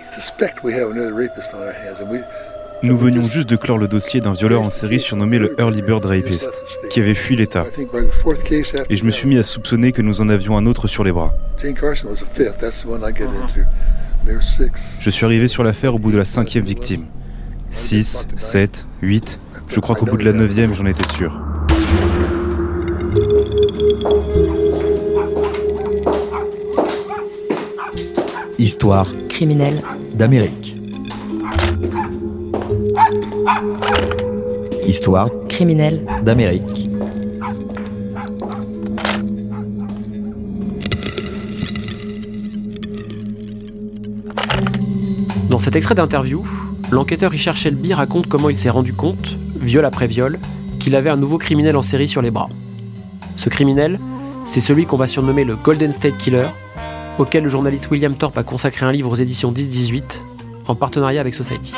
Nous venions juste de clore le dossier d'un violeur en série surnommé le Early Bird Rapist, qui avait fui l'État. Et je me suis mis à soupçonner que nous en avions un autre sur les bras. Je suis arrivé sur l'affaire au bout de la 5e victime. 6, 7, 8, je crois qu'au bout de la 9e, j'en étais sûr. Histoire criminelle d'Amérique. Histoire criminelle d'Amérique. Dans cet extrait d'interview, l'enquêteur Richard Shelby raconte comment il s'est rendu compte, viol après viol, qu'il avait un nouveau criminel en série sur les bras. Ce criminel, c'est celui qu'on va surnommer le Golden State Killer, auquel le journaliste William Thorpe a consacré un livre aux éditions 10-18, en partenariat avec Society.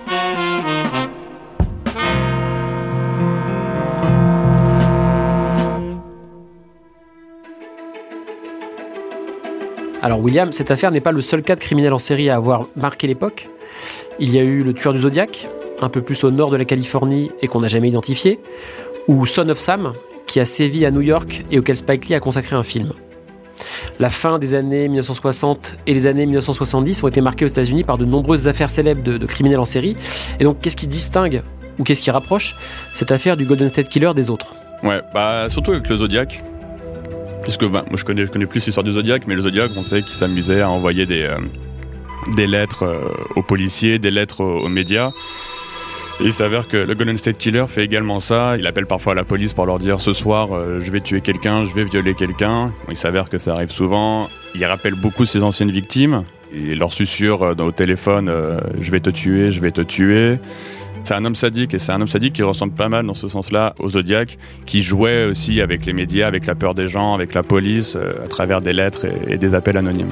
Alors William, cette affaire n'est pas le seul cas de criminel en série à avoir marqué l'époque. Il y a eu le tueur du Zodiac, un peu plus au nord de la Californie et qu'on n'a jamais identifié, ou Son of Sam, qui a sévi à New York et auquel Spike Lee a consacré un film. La fin des années 1960 et les années 1970 ont été marquées aux États-Unis par de nombreuses affaires célèbres de criminels en série. Et donc, qu'est-ce qui distingue ou qu'est-ce qui rapproche cette affaire du Golden State Killer des autres ? Ouais, surtout avec le Zodiac. Puisque moi je connais plus l'histoire du Zodiac, mais le Zodiac, on sait qu'il s'amusait à envoyer des lettres aux policiers, des lettres aux médias. Et il s'avère que le Golden State Killer fait également ça. Il appelle parfois la police pour leur dire « Ce soir, je vais tuer quelqu'un, je vais violer quelqu'un ». Il s'avère que ça arrive souvent. Il rappelle beaucoup ses anciennes victimes. Il leur susurre au téléphone « Je vais te tuer, je vais te tuer ». C'est un homme sadique, et c'est un homme sadique qui ressemble pas mal dans ce sens-là au Zodiac, qui jouait aussi avec les médias, avec la peur des gens, avec la police, à travers des lettres et des appels anonymes.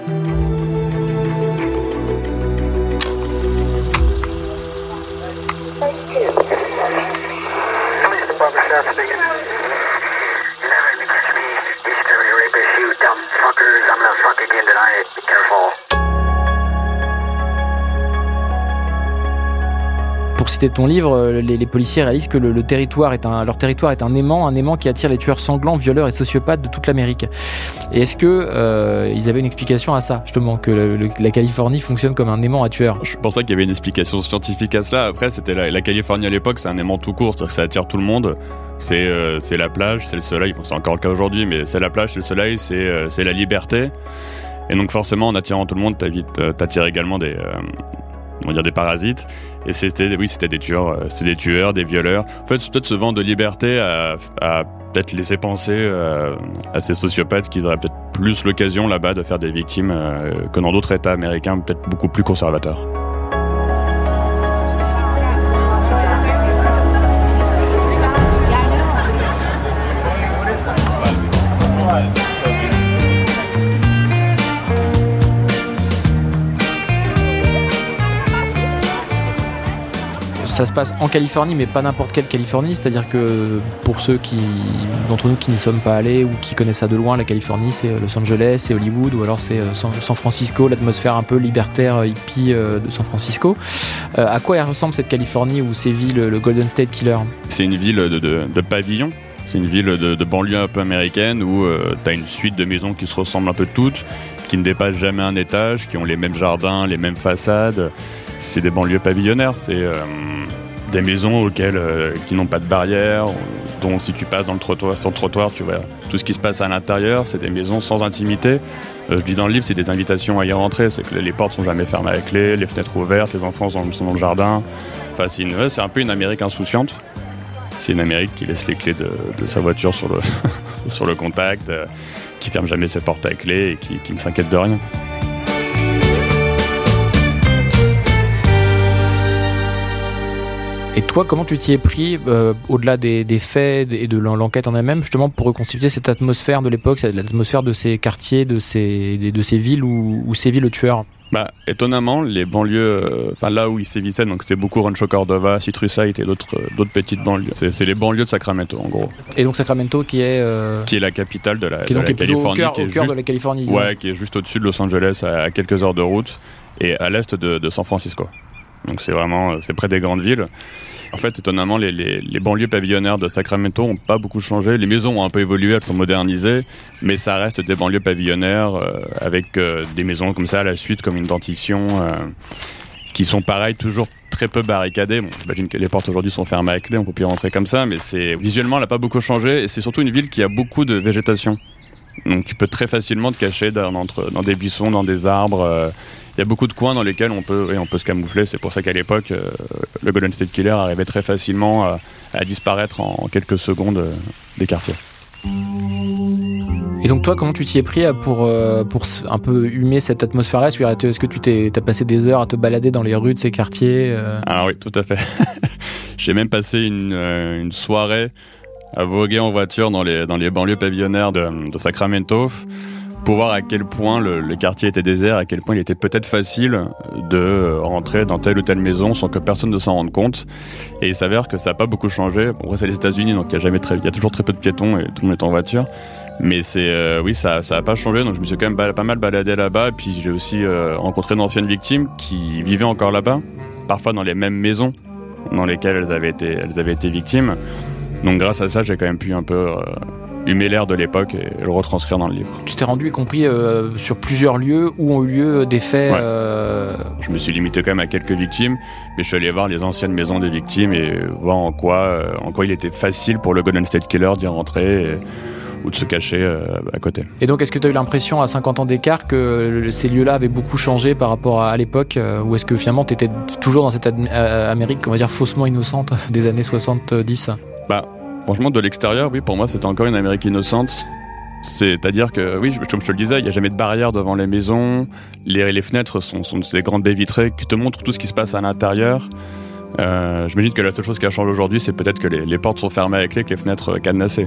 Pour citer ton livre, les policiers réalisent que leur territoire est un aimant qui attire les tueurs sanglants, violeurs et sociopathes de toute l'Amérique. Et est-ce que ils avaient une explication à ça, justement, que la Californie fonctionne comme un aimant à tueurs ? Je pense pas qu'il y avait une explication scientifique à cela. Après, c'était la Californie à l'époque, c'est un aimant tout court, c'est-à-dire que ça attire tout le monde. C'est la plage, c'est le soleil, bon, c'est encore le cas aujourd'hui, mais c'est la plage, c'est le soleil, c'est la liberté. Et donc forcément, en attirant tout le monde, t'attires également des parasites. Et c'était des tueurs, des violeurs. En fait, c'est peut-être ce vent de liberté à peut-être laisser penser à ces sociopathes qu'ils auraient peut-être plus l'occasion là-bas de faire des victimes que dans d'autres États américains, peut-être beaucoup plus conservateurs. Ça se passe en Californie, mais pas n'importe quelle Californie. C'est-à-dire que pour ceux d'entre nous qui n'y sommes pas allés ou qui connaissent ça de loin, la Californie, c'est Los Angeles, c'est Hollywood, ou alors c'est San Francisco, l'atmosphère un peu libertaire, hippie de San Francisco. À quoi elle ressemble cette Californie où sévit le Golden State Killer ? C'est une ville de pavillons. C'est une ville de banlieue un peu américaine où tu as une suite de maisons qui se ressemblent un peu toutes, qui ne dépassent jamais un étage, qui ont les mêmes jardins, les mêmes façades. C'est des banlieues pavillonnaires, c'est des maisons qui n'ont pas de barrière, dont si tu passes sur le trottoir, tu vois tout ce qui se passe à l'intérieur. C'est des maisons sans intimité. Je dis dans le livre, c'est des invitations à y rentrer. C'est que les portes sont jamais fermées à clé, les fenêtres ouvertes, les enfants sont dans le jardin. Enfin, c'est un peu une Amérique insouciante. C'est une Amérique qui laisse les clés de sa voiture sur le contact, qui ferme jamais ses portes à clé et qui ne s'inquiète de rien. Et toi, comment tu t'y es pris, au-delà des faits et de l'enquête en elle-même, justement pour reconstituer cette atmosphère de l'époque, l'atmosphère de ces quartiers, de ces villes où sévit le tueur ? Étonnamment, les banlieues, là où il sévissait, donc c'était beaucoup Rancho Cordova, Citrusite et d'autres petites banlieues. C'est les banlieues de Sacramento, en gros. Et donc Sacramento qui est la capitale de la Californie, au cœur de la Californie. Ouais, qui est juste au-dessus de Los Angeles, à quelques heures de route. et à l'est de San Francisco. Donc c'est près des grandes villes. En fait, étonnamment, les banlieues pavillonnaires de Sacramento n'ont pas beaucoup changé. Les maisons ont un peu évolué, elles sont modernisées, mais ça reste des banlieues pavillonnaires avec des maisons comme ça à la suite, comme une dentition, qui sont pareilles, toujours très peu barricadées. Bon, j'imagine que les portes aujourd'hui sont fermées à clé, on peut plus rentrer comme ça, mais visuellement, elle n'a pas beaucoup changé, et c'est surtout une ville qui a beaucoup de végétation. Donc tu peux très facilement te cacher dans des buissons, dans des arbres. Il y a beaucoup de coins dans lesquels on peut se camoufler. C'est pour ça qu'à l'époque, le Golden State Killer arrivait très facilement à disparaître en quelques secondes des quartiers. Et donc toi, comment tu t'y es pris pour un peu humer cette atmosphère-là ? Est-ce que t'as passé des heures à te balader dans les rues de ces quartiers Alors oui, tout à fait. J'ai même passé une soirée à voguer en voiture dans les banlieues pavillonnaires de Sacramento, pour voir à quel point le quartier était désert, à quel point il était peut-être facile de rentrer dans telle ou telle maison sans que personne ne s'en rende compte. Et il s'avère que ça n'a pas beaucoup changé. Bon, c'est les États-Unis, donc il y a toujours très peu de piétons et tout le monde est en voiture. Mais ça n'a pas changé, donc je me suis quand même pas mal baladé là-bas. Et puis j'ai aussi rencontré d'anciennes victimes qui vivaient encore là-bas, parfois dans les mêmes maisons dans lesquelles elles avaient été victimes. Donc grâce à ça, j'ai quand même pu un peu humer l'air de l'époque et le retranscrire dans le livre. Tu t'es rendu, y compris sur plusieurs lieux où ont eu lieu des faits. Ouais. Je me suis limité quand même à quelques victimes, mais je suis allé voir les anciennes maisons des victimes et voir en quoi il était facile pour le Golden State Killer d'y rentrer ou de se cacher à côté. Et donc, est-ce que tu as eu l'impression, à 50 ans d'écart, que ces lieux-là avaient beaucoup changé par rapport à l'époque, ou est-ce que finalement tu étais toujours dans cette Amérique, on va dire, faussement innocente des années 70 ? Franchement, de l'extérieur, oui, pour moi, c'était encore une Amérique innocente. C'est-à-dire que, oui, comme je te le disais, il n'y a jamais de barrière devant les maisons. Les fenêtres sont des grandes baies vitrées qui te montrent tout ce qui se passe à l'intérieur. J'imagine que la seule chose qui a changé aujourd'hui, c'est peut-être que les portes sont fermées à clé, que les fenêtres cadenassées.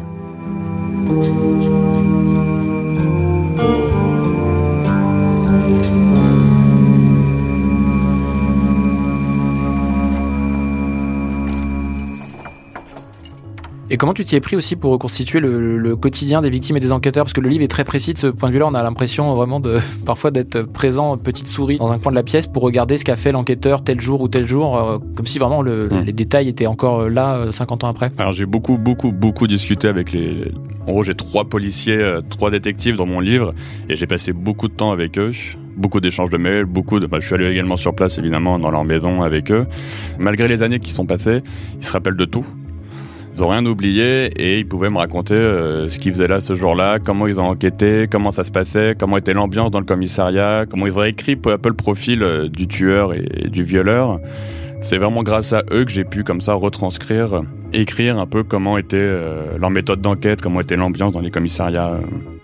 Et comment tu t'y es pris aussi pour reconstituer le quotidien des victimes et des enquêteurs ? Parce que le livre est très précis de ce point de vue-là. On a l'impression vraiment parfois d'être présent, petite souris, dans un coin de la pièce pour regarder ce qu'a fait l'enquêteur tel jour ou tel jour, comme si vraiment les détails étaient encore là 50 ans après. Alors j'ai beaucoup discuté avec En gros, j'ai 3 policiers, 3 détectives dans mon livre, et j'ai passé beaucoup de temps avec eux. Beaucoup d'échanges de mails, je suis allé également sur place, évidemment, dans leur maison avec eux. Malgré les années qui sont passées, ils se rappellent de tout. Ils n'ont rien oublié et ils pouvaient me raconter ce qu'ils faisaient là ce jour-là, comment ils ont enquêté, comment ça se passait, comment était l'ambiance dans le commissariat, comment ils ont écrit peu à peu le profil du tueur et du violeur. C'est vraiment grâce à eux que j'ai pu comme ça retranscrire, écrire un peu comment était leur méthode d'enquête, comment était l'ambiance dans les commissariats.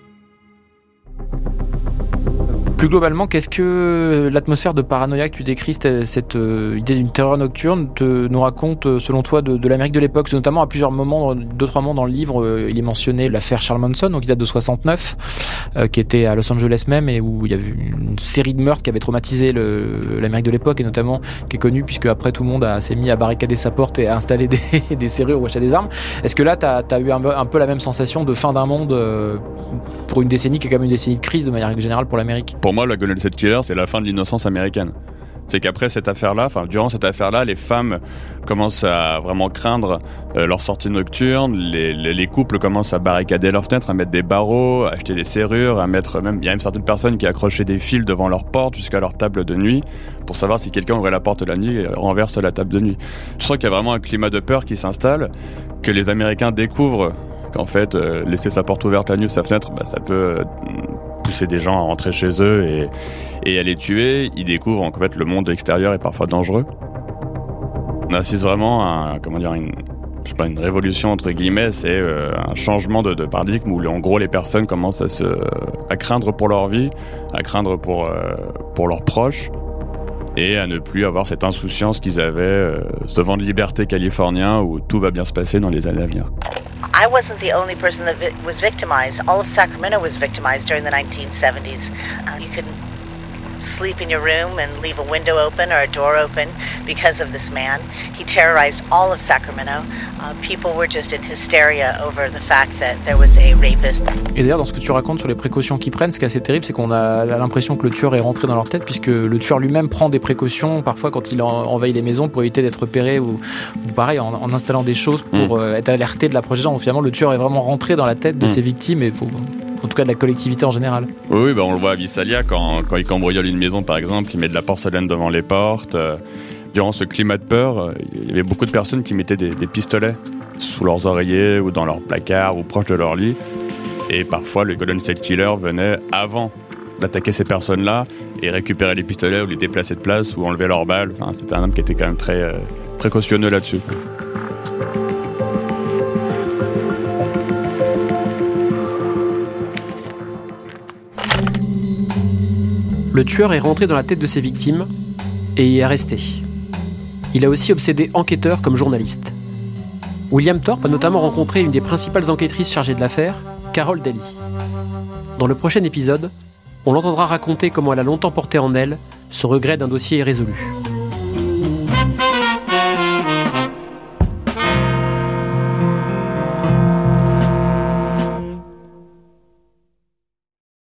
Plus globalement, qu'est-ce que l'atmosphère de paranoïa que tu décris, cette idée d'une terreur nocturne, nous raconte, selon toi, de l'Amérique de l'époque ? C'est notamment à plusieurs moments, 2-3 moments dans le livre, il est mentionné l'affaire Charles Manson, donc qui date de 69, qui était à Los Angeles même, et où il y avait une série de meurtres qui avait traumatisé l'Amérique de l'époque, et notamment qui est connue, puisque après tout le monde s'est mis à barricader sa porte et à installer des serrures ou acheter des armes. Est-ce que là, t'as eu un peu la même sensation de fin d'un monde pour une décennie qui est quand même une décennie de crise de manière générale pour l'Amérique ? Pour moi, le Golden State Killer, c'est la fin de l'innocence américaine. C'est qu'après durant cette affaire-là, les femmes commencent à vraiment craindre leur sortie nocturne, les couples commencent à barricader leurs fenêtres, à mettre des barreaux, à acheter des serrures, il y a même certaines personnes qui accrochaient des fils devant leur porte jusqu'à leur table de nuit pour savoir si quelqu'un ouvrait la porte la nuit et renverse la table de nuit. Tu sens qu'il y a vraiment un climat de peur qui s'installe, que les Américains découvrent qu'en fait, laisser sa porte ouverte la nuit ou sa fenêtre, ça peut pousser des gens à rentrer chez eux et à les tuer. Ils découvrent qu'en fait le monde extérieur est parfois dangereux. On assiste vraiment à une révolution entre guillemets, c'est un changement de paradigme où en gros les personnes commencent à craindre pour leur vie, à craindre pour leurs proches et à ne plus avoir cette insouciance qu'ils avaient, ce vent de liberté californien où tout va bien se passer dans les années à venir. I wasn't the only person that was victimized. All of Sacramento was victimized during the 1970s. You could sleep in your room and leave a window open or a door open because of this man. He terrorized all of Sacramento. People were just in hysteria over the fact that there was a rapist. Et d'ailleurs, dans ce que tu racontes sur les précautions qu'ils prennent, ce qui est assez terrible, c'est qu'on a l'impression que le tueur est rentré dans leur tête, puisque le tueur lui-même prend des précautions, parfois quand il envahit les maisons, pour éviter d'être repéré, ou pareil, en installant des choses pour être alerté de l'approche des gens. Donc, finalement, le tueur est vraiment rentré dans la tête de ses victimes, et en tout cas de la collectivité en général. Oui, on le voit à Visalia, quand il cambriole une maison par exemple, il met de la porcelaine devant les portes. Durant ce climat de peur, il y avait beaucoup de personnes qui mettaient des pistolets sous leurs oreillers ou dans leurs placards ou proches de leur lit. Et parfois, le Golden State Killer venait avant d'attaquer ces personnes-là et récupérer les pistolets ou les déplacer de place ou enlever leurs balles. Enfin, c'était un homme qui était quand même très précautionneux là-dessus. Le tueur est rentré dans la tête de ses victimes et y est resté. Il a aussi obsédé enquêteurs comme journalistes. William Thorpe a notamment rencontré une des principales enquêtrices chargées de l'affaire, Carol Daly. Dans le prochain épisode, on l'entendra raconter comment elle a longtemps porté en elle ce regret d'un dossier irrésolu.